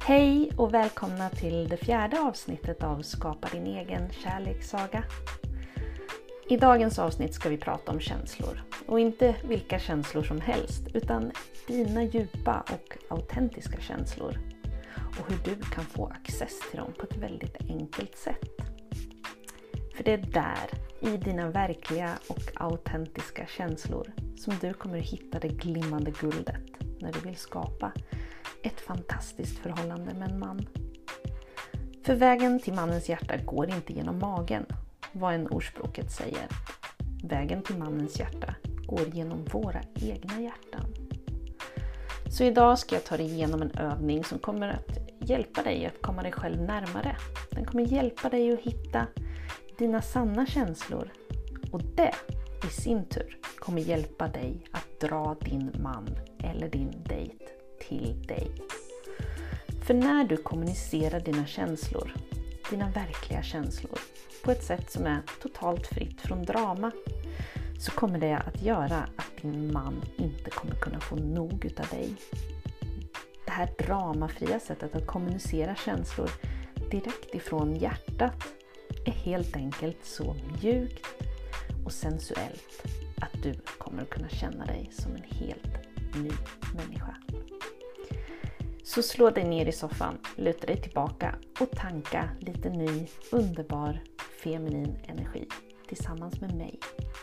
Hej och välkomna till det 4:e avsnittet av Skapa din egen kärlekssaga. I dagens avsnitt ska vi prata om känslor. Och inte vilka känslor som helst, utan dina djupa och autentiska känslor. Och hur du kan få access till dem på ett väldigt enkelt sätt. För det är där, i dina verkliga och autentiska känslor, som du kommer att hitta det glimmande guldet när du vill skapa ett fantastiskt förhållande med en man. För vägen till mannens hjärta går inte genom magen, vad en ordspråket säger. Vägen till mannens hjärta går genom våra egna hjärtan. Så idag ska jag ta dig igenom en övning som kommer att hjälpa dig att komma dig själv närmare. Den kommer hjälpa dig att hitta dina sanna känslor. Och det i sin tur kommer hjälpa dig att dra din man eller din dejt till dig. För när du kommunicerar dina känslor, dina verkliga känslor, på ett sätt som är totalt fritt från drama, så kommer det att göra att din man inte kommer kunna få nog utav dig. Det här dramafria sättet att kommunicera känslor direkt ifrån hjärtat är helt enkelt så mjukt och sensuellt att du kommer att kunna känna dig som en helt ny människa. Så slå dig ner i soffan, luta dig tillbaka och tanka lite ny, underbar, feminin energi tillsammans med mig.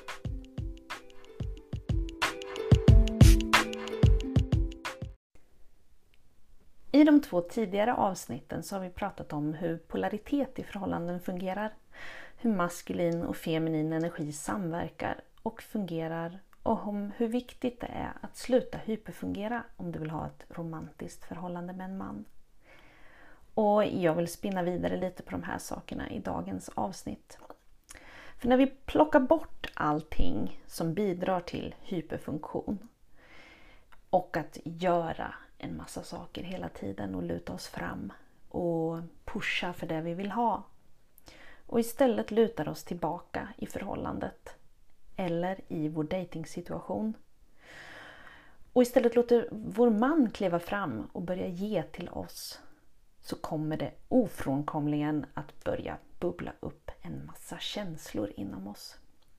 I de 2 tidigare avsnitten så har vi pratat om hur polaritet i förhållanden fungerar, hur maskulin och feminin energi samverkar och fungerar, och om hur viktigt det är att sluta hyperfungera om du vill ha ett romantiskt förhållande med en man. Och jag vill spinna vidare lite på de här sakerna i dagens avsnitt. För när vi plockar bort allting som bidrar till hyperfunktion och att göra en massa saker hela tiden och luta oss fram och pusha för det vi vill ha, och istället lutar oss tillbaka i förhållandet eller i vår dejtingsituation, och istället låter vår man kliva fram och börja ge till oss, så kommer det ofrånkomligen att börja bubbla upp en massa känslor inom oss.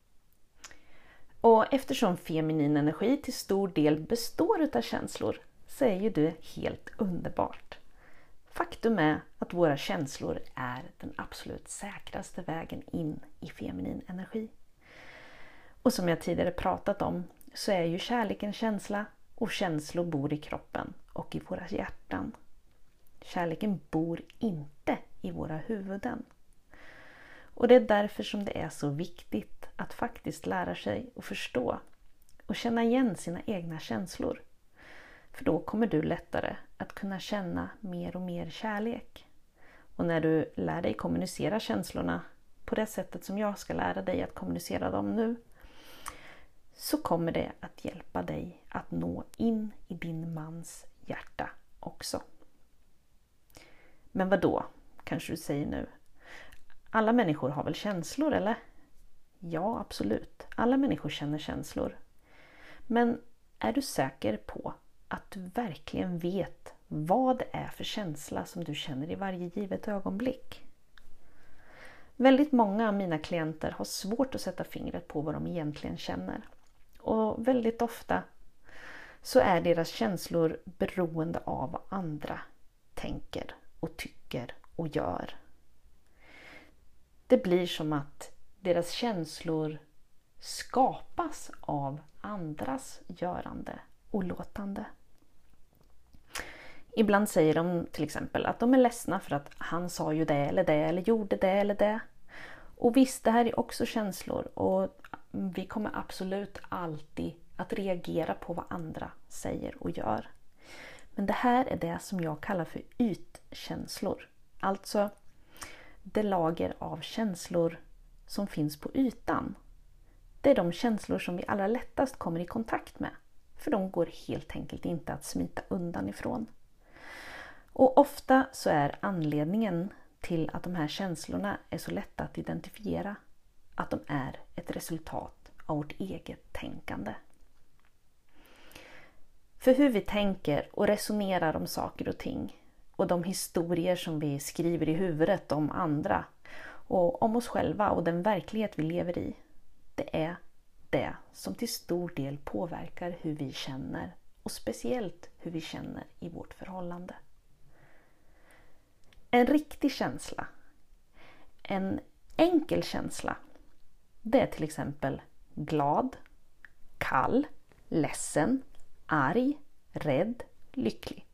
Och eftersom feminin energi till stor del består av känslor, så är ju det helt underbart. Faktum är att våra känslor är den absolut säkraste vägen in i feminin energi. Och som jag tidigare pratat om, så är ju kärleken känsla, och känslor bor i kroppen och i våra hjärtan. Kärleken bor inte i våra huvuden. Och det är därför som det är så viktigt att faktiskt lära sig att förstå och känna igen sina egna känslor. För då kommer du lättare att kunna känna mer och mer kärlek. Och när du lär dig kommunicera känslorna på det sättet som jag ska lära dig att kommunicera dem nu, så kommer det att hjälpa dig att nå in i din mans hjärta också. Men vad då, kanske du säger nu? Alla människor har väl känslor, eller? Ja, absolut. Alla människor känner känslor. Men är du säker på att du verkligen vet vad det är för känsla som du känner i varje givet ögonblick? Väldigt många av mina klienter har svårt att sätta fingret på vad de egentligen känner. Och väldigt ofta så är deras känslor beroende av vad andra tänker och tycker och gör. Det blir som att deras känslor skapas av andras görande och låtande. Ibland säger de till exempel att de är ledsna för att han sa ju det eller gjorde det eller det. Och visst, det här är också känslor, och vi kommer absolut alltid att reagera på vad andra säger och gör. Men det här är det som jag kallar för ytkänslor. Alltså det lager av känslor som finns på ytan. Det är de känslor som vi allra lättast kommer i kontakt med. För de går helt enkelt inte att smita undan ifrån. Och ofta så är anledningen till att de här känslorna är så lätta att identifiera att de är ett resultat av vårt eget tänkande. För hur vi tänker och resonerar om saker och ting och de historier som vi skriver i huvudet om andra och om oss själva och den verklighet vi lever i, det är det som till stor del påverkar hur vi känner och speciellt hur vi känner i vårt förhållande. En riktig känsla, en enkel känsla, det är till exempel glad, kall, ledsen, arg, rädd, lycklig.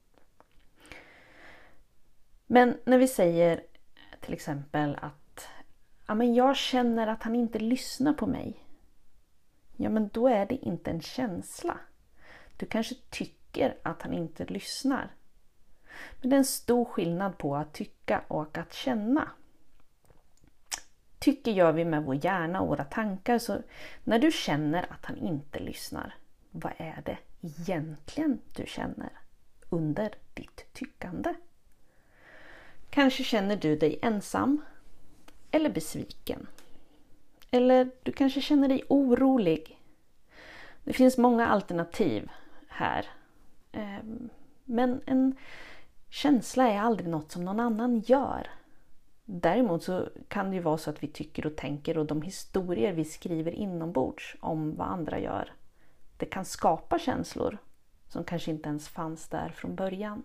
Men när vi säger till exempel att jag känner att han inte lyssnar på mig. Ja, men då är det inte en känsla. Du kanske tycker att han inte lyssnar. Men det är en stor skillnad på att tycka och att känna. Tycker gör vi med vår hjärna och våra tankar, så när du känner att han inte lyssnar, vad är det egentligen du känner under ditt tyckande? Kanske känner du dig ensam eller besviken. Eller du kanske känner dig orolig. Det finns många alternativ här. Men en känsla är aldrig något som någon annan gör. Däremot så kan det ju vara så att vi tycker och tänker och de historier vi skriver inombords om vad andra gör, det kan skapa känslor som kanske inte ens fanns där från början.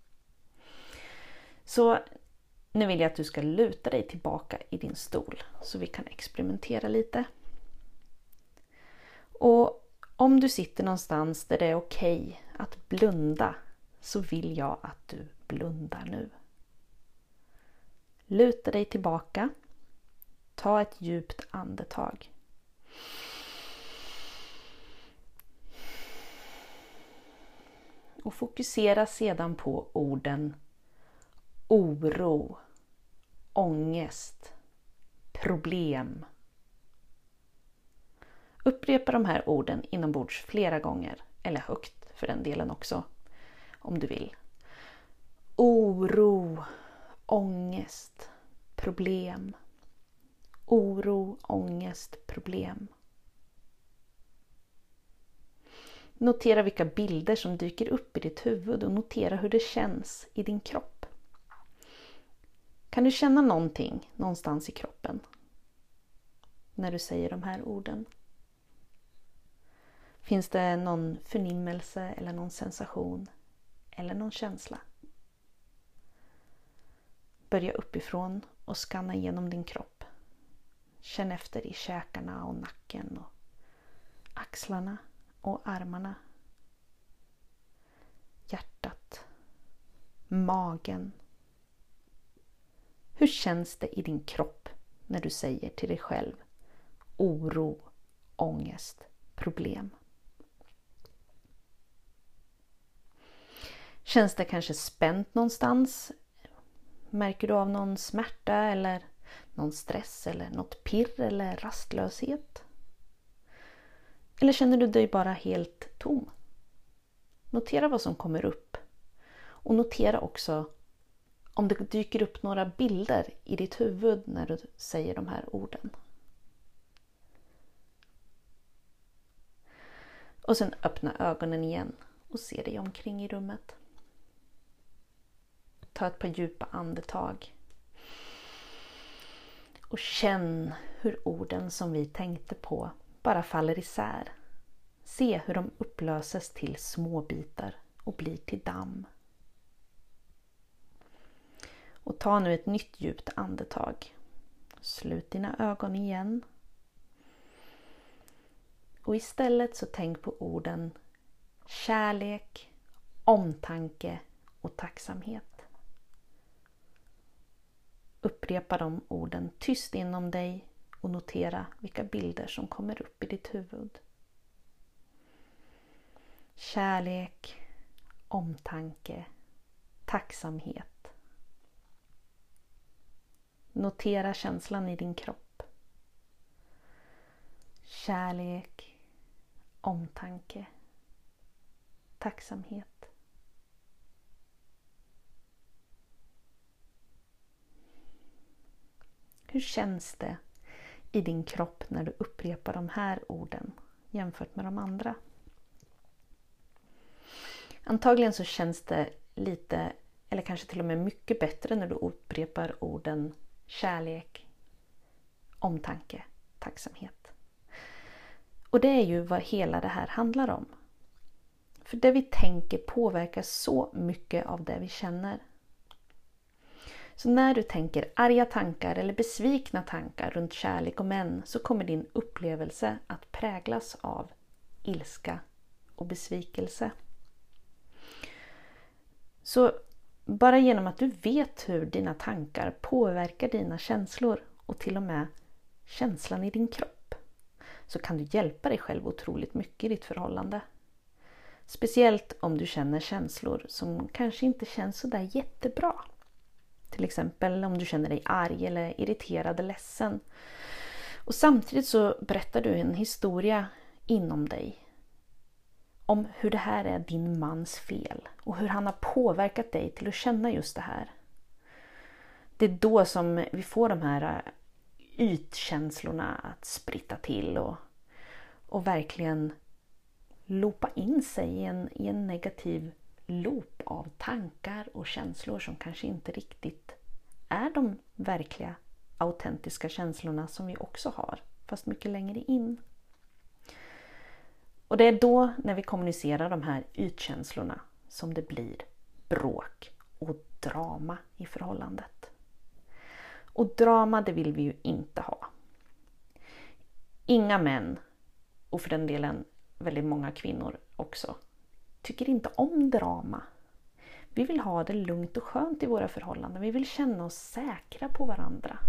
Så nu vill jag att du ska luta dig tillbaka i din stol så vi kan experimentera lite. Och om du sitter någonstans där det är okej att blunda, så vill jag att du blundar nu. Luta dig tillbaka. Ta ett djupt andetag. Och fokusera sedan på orden oro, ångest, problem. Upprepa de här orden inombords flera gånger, eller högt för den delen också, om du vill. Oro, ångest, problem. Oro, ångest, problem. Notera vilka bilder som dyker upp i ditt huvud och notera hur det känns i din kropp. Kan du känna någonting någonstans i kroppen när du säger de här orden? Finns det någon förnimmelse eller någon sensation eller någon känsla? Börja uppifrån och skanna igenom din kropp. Känn efter i käkarna och nacken och axlarna och armarna. Hjärtat. Magen. Hur känns det i din kropp när du säger till dig själv oro, ångest, problem? Känns det kanske spänt någonstans? Märker du av någon smärta eller någon stress eller något pirr eller rastlöshet? Eller känner du dig bara helt tom? Notera vad som kommer upp. Och notera också om det dyker upp några bilder i ditt huvud när du säger de här orden. Och sen öppna ögonen igen och se dig omkring i rummet. Ta ett par djupa andetag. Och känn hur orden som vi tänkte på bara faller isär. Se hur de upplöses till små bitar och blir till damm. Och ta nu ett nytt djupt andetag. Slut dina ögon igen. Och istället så tänk på orden kärlek, omtanke och tacksamhet. Upprepa de orden tyst inom dig och notera vilka bilder som kommer upp i ditt huvud. Kärlek, omtanke, tacksamhet. Notera känslan i din kropp. Kärlek, omtanke, tacksamhet. Hur känns det i din kropp när du upprepar de här orden jämfört med de andra? Antagligen så känns det lite Eller kanske till och med mycket bättre när du upprepar orden kärlek, omtanke, tacksamhet. Och det är ju vad hela det här handlar om. För det vi tänker påverkar så mycket av det vi känner. Så när du tänker arga tankar eller besvikna tankar runt kärlek och män så kommer din upplevelse att präglas av ilska och besvikelse. Så bara genom att du vet hur dina tankar påverkar dina känslor och till och med känslan i din kropp så kan du hjälpa dig själv otroligt mycket i ditt förhållande. Speciellt om du känner känslor som kanske inte känns så där jättebra. Till exempel om du känner dig arg eller irriterad eller ledsen. Och samtidigt så berättar du en historia inom dig om hur det här är din mans fel och hur han har påverkat dig till att känna just det här. Det är då som vi får de här ytkänslorna att spritta till och verkligen loopa in sig i en negativ loop av tankar och känslor som kanske inte riktigt är de verkliga autentiska känslorna som vi också har, fast mycket längre in. Och det är då när vi kommunicerar de här ytkänslorna som det blir bråk och drama i förhållandet. Och drama, det vill vi ju inte ha. Inga män, och för den delen väldigt många kvinnor också, tycker inte om drama. Vi vill ha det lugnt och skönt i våra förhållanden. Vi vill känna oss säkra på varandra.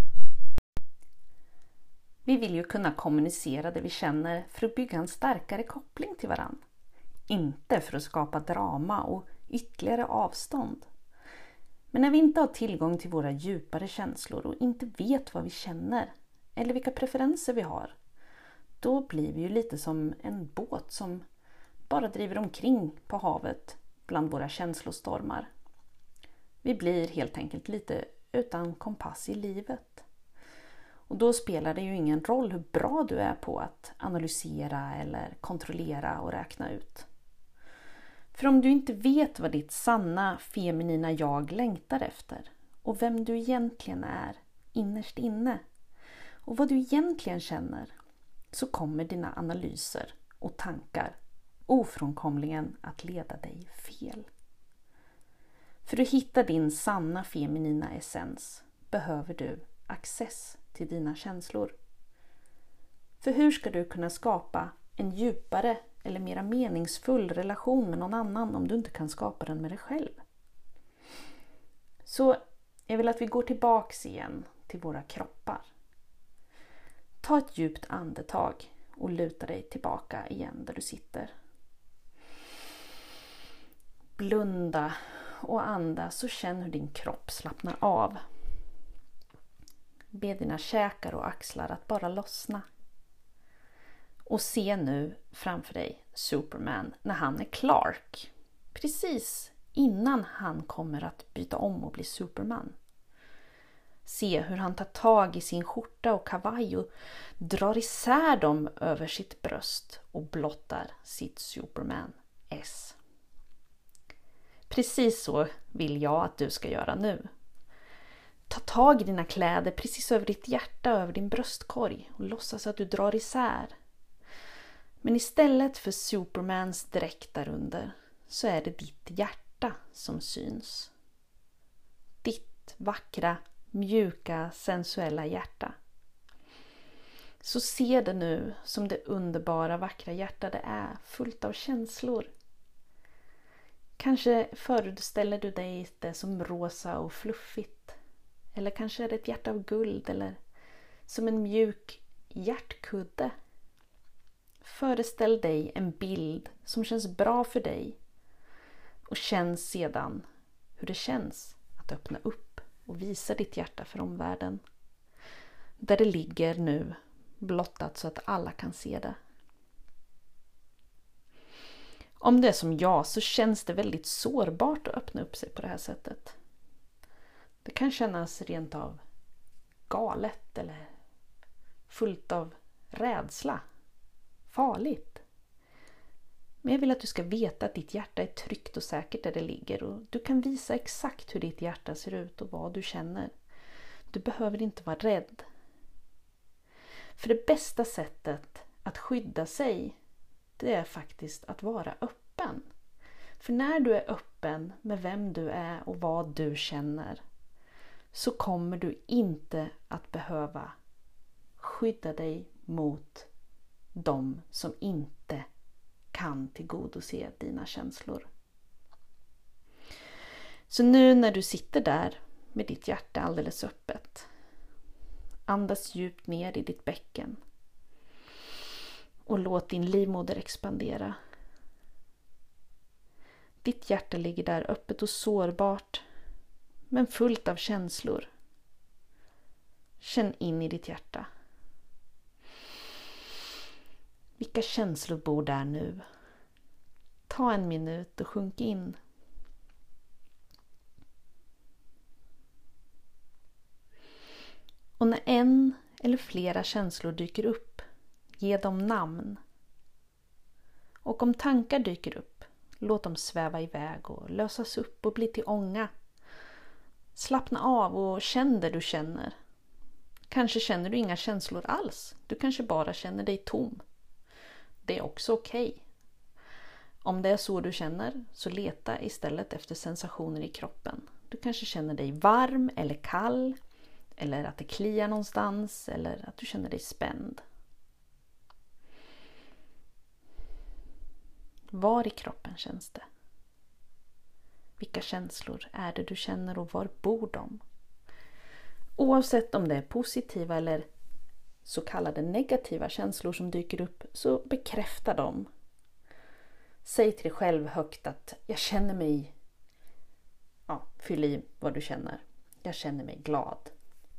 Vi vill ju kunna kommunicera det vi känner för att bygga en starkare koppling till varandra. Inte för att skapa drama och ytterligare avstånd. Men när vi inte har tillgång till våra djupare känslor och inte vet vad vi känner eller vilka preferenser vi har, då blir vi ju lite som en båt som bara driver omkring på havet bland våra känslostormar. Vi blir helt enkelt lite utan kompass i livet. Och då spelar det ju ingen roll hur bra du är på att analysera eller kontrollera och räkna ut. För om du inte vet vad ditt sanna feminina jag längtar efter och vem du egentligen är innerst inne och vad du egentligen känner, så kommer dina analyser och tankar ofrånkomligen att leda dig fel. För att hitta din sanna feminina essens behöver du access till dina känslor. För hur ska du kunna skapa en djupare eller mera meningsfull relation med någon annan om du inte kan skapa den med dig själv? Så jag vill att vi går tillbaks igen till våra kroppar. Ta ett djupt andetag och luta dig tillbaka igen där du sitter. Blunda och andas och känn hur din kropp slappnar av. Be dina käkar och axlar att bara lossna. Och se nu framför dig Superman när han är Clark. Precis innan han kommer att byta om och bli Superman. Se hur han tar tag i sin skjorta och kavaj och drar isär dem över sitt bröst och blottar sitt Superman-S. Precis så vill jag att du ska göra nu. Ta tag i dina kläder precis över ditt hjärta, över din bröstkorg och låtsas att du drar isär. Men istället för Supermans dräkt där under så är det ditt hjärta som syns. Ditt vackra, mjuka, sensuella hjärta. Så se det nu som det underbara, vackra hjärta det är, fullt av känslor. Kanske föreställer du dig det som rosa och fluffigt. Eller kanske är det ett hjärta av guld eller som en mjuk hjärtkudde. Föreställ dig en bild som känns bra för dig och känn sedan hur det känns att öppna upp och visa ditt hjärta för omvärlden. Där det ligger nu blottat så att alla kan se det. Om det är som jag så känns det väldigt sårbart att öppna upp sig på det här sättet. Det kan kännas rent av galet eller fullt av rädsla. Farligt. Men jag vill att du ska veta att ditt hjärta är tryggt och säkert där det ligger. Och du kan visa exakt hur ditt hjärta ser ut och vad du känner. Du behöver inte vara rädd. För det bästa sättet att skydda sig, det är faktiskt att vara öppen. För när du är öppen med vem du är och vad du känner, så kommer du inte att behöva skydda dig mot de som inte kan tillgodose dina känslor. Så nu när du sitter där med ditt hjärta alldeles öppet, andas djupt ner i ditt bäcken och låt din livmoder expandera. Ditt hjärta ligger där öppet och sårbart, men fullt av känslor. Känn in i ditt hjärta. Vilka känslor bor där nu? Ta en minut och sjunk in. Och när en eller flera känslor dyker upp, ge dem namn. Och om tankar dyker upp, låt dem sväva iväg och lösas upp och bli till ånga. Slappna av och känn det du känner. Kanske känner du inga känslor alls. Du kanske bara känner dig tom. Det är också okej. Om det är så du känner, så leta istället efter sensationer i kroppen. Du kanske känner dig varm eller kall, eller att det kliar någonstans, eller att du känner dig spänd. Var i kroppen känns det? Vilka känslor är det du känner och var bor de? Oavsett om det är positiva eller så kallade negativa känslor som dyker upp, så bekräfta dem. Säg till dig själv högt att jag känner mig, fyll i vad du känner. Jag känner mig glad.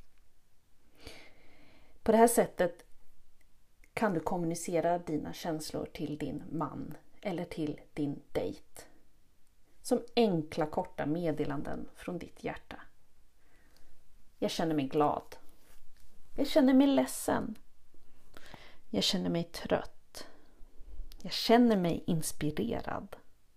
På det här sättet kan du kommunicera dina känslor till din man eller till din dejt. Som enkla korta meddelanden från ditt hjärta. Jag känner mig glad. Jag känner mig ledsen. Jag känner mig trött. Jag känner mig inspirerad.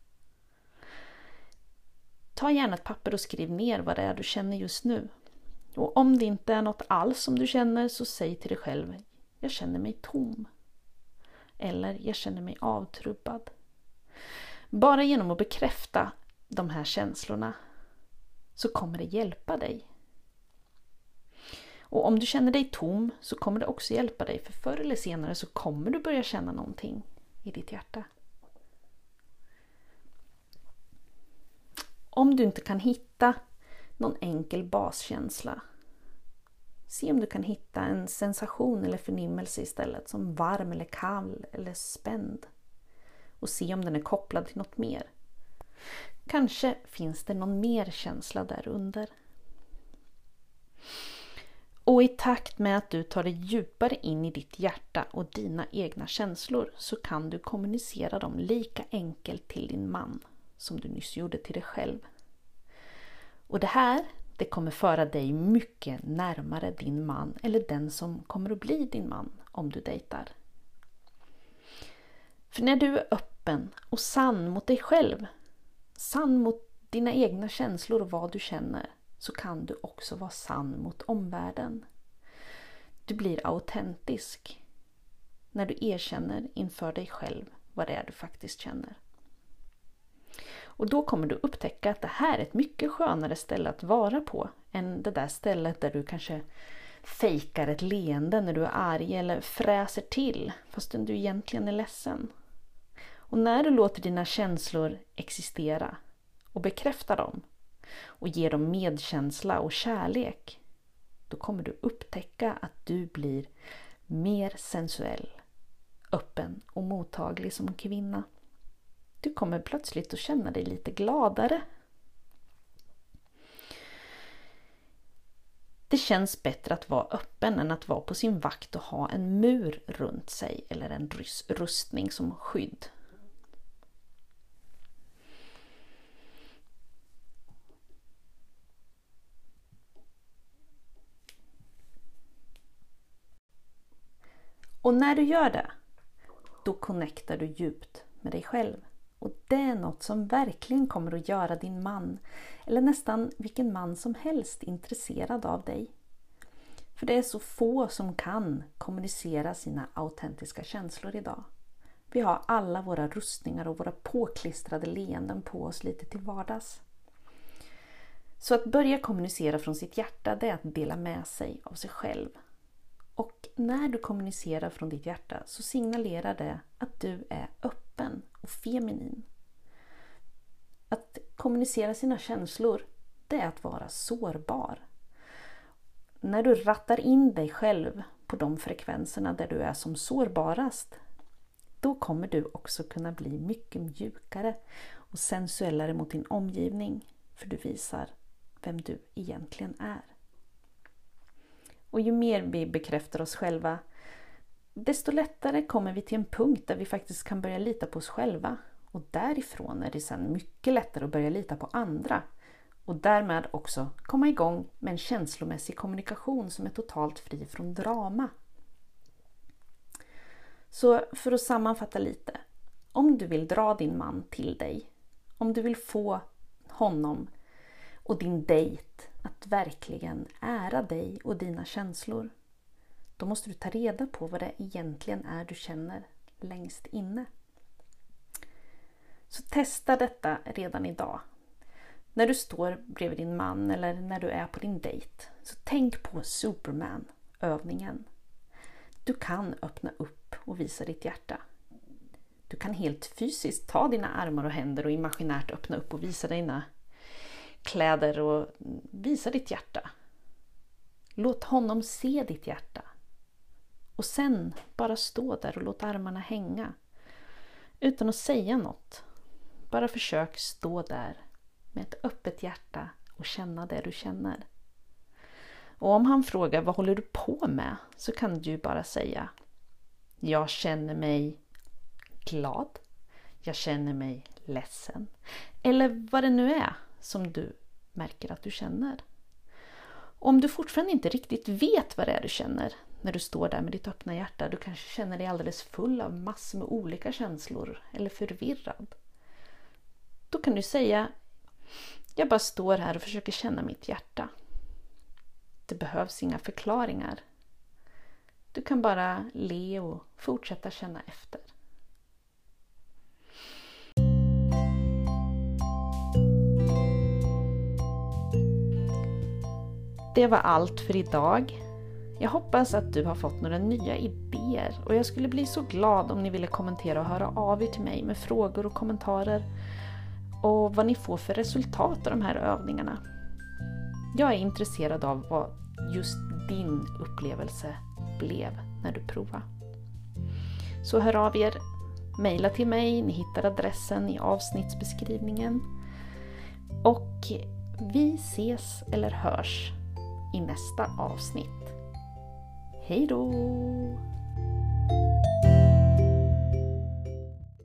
Ta gärna ett papper och skriv ner vad det är du känner just nu. Och om det inte är något alls som du känner, så säg till dig själv: jag känner mig tom. Eller jag känner mig avtrubbad. Bara genom att bekräfta de här känslorna så kommer det hjälpa dig. Och om du känner dig tom, så kommer det också hjälpa dig. För förr eller senare så kommer du börja känna någonting i ditt hjärta. Om du inte kan hitta någon enkel baskänsla, se om du kan hitta en sensation eller förnimmelse istället, som varm eller kall eller spänd. Och se om den är kopplad till något mer. Kanske finns det någon mer känsla där under. Och i takt med att du tar dig djupare in i ditt hjärta och dina egna känslor, så kan du kommunicera dem lika enkelt till din man som du nyss gjorde till dig själv. Och det kommer föra dig mycket närmare din man eller den som kommer att bli din man om du dejtar. För när du är öppen och sann mot dig själv, sann mot dina egna känslor och vad du känner, så kan du också vara sann mot omvärlden. Du blir autentisk när du erkänner inför dig själv vad det är du faktiskt känner. Och då kommer du upptäcka att det här är ett mycket skönare ställe att vara på än det där stället där du kanske fejkar ett leende när du är arg eller fräser till fastän du egentligen är ledsen. Och när du låter dina känslor existera och bekräftar dem och ger dem medkänsla och kärlek, då kommer du upptäcka att du blir mer sensuell, öppen och mottaglig som kvinna. Du kommer plötsligt att känna dig lite gladare. Det känns bättre att vara öppen än att vara på sin vakt och ha en mur runt sig eller en rustning som skydd. Och när du gör det, då connectar du djupt med dig själv. Och det är något som verkligen kommer att göra din man, eller nästan vilken man som helst, intresserad av dig. För det är så få som kan kommunicera sina autentiska känslor idag. Vi har alla våra rustningar och våra påklistrade leenden på oss lite till vardags. Så att börja kommunicera från sitt hjärta, det är att dela med sig av sig själv. Och när du kommunicerar från ditt hjärta så signalerar det att du är öppen och feminin. Att kommunicera sina känslor, det är att vara sårbar. När du rattar in dig själv på de frekvenserna där du är som sårbarast, då kommer du också kunna bli mycket mjukare och sensuellare mot din omgivning, för du visar vem du egentligen är. Och ju mer vi bekräftar oss själva, desto lättare kommer vi till en punkt där vi faktiskt kan börja lita på oss själva. Och därifrån är det sedan mycket lättare att börja lita på andra. Och därmed också komma igång med en känslomässig kommunikation som är totalt fri från drama. Så för att sammanfatta lite. Om du vill dra din man till dig, om du vill få honom och din dejt att verkligen ära dig och dina känslor, då måste du ta reda på vad det egentligen är du känner längst inne. Så testa detta redan idag. När du står bredvid din man eller när du är på din dejt, så tänk på Superman-övningen. Du kan öppna upp och visa ditt hjärta. Du kan helt fysiskt ta dina armar och händer och imaginärt öppna upp och visa dina kläder och visa ditt hjärta. Låt honom se ditt hjärta. Och sen bara stå där och låt armarna hänga. Utan att säga något. Bara försök stå där med ett öppet hjärta och känna det du känner. Och om han frågar vad håller du på med, så kan du bara säga: jag känner mig glad. Jag känner mig ledsen. Eller vad det nu är som du märker att du känner. Om du fortfarande inte riktigt vet vad det är du känner när du står där med ditt öppna hjärta, du kanske känner dig alldeles full av massor med olika känslor eller förvirrad. Då kan du säga: jag bara står här och försöker känna mitt hjärta. Det behövs inga förklaringar. Du kan bara le och fortsätta känna efter. Det var allt för idag. Jag hoppas att du har fått några nya idéer och jag skulle bli så glad om ni ville kommentera och höra av er till mig med frågor och kommentarer och vad ni får för resultat av de här övningarna. Jag är intresserad av vad just din upplevelse blev när du provade. Så hör av er, mejla till mig, ni hittar adressen i avsnittsbeskrivningen. Och vi ses eller hörs i nästa avsnitt. Hej då!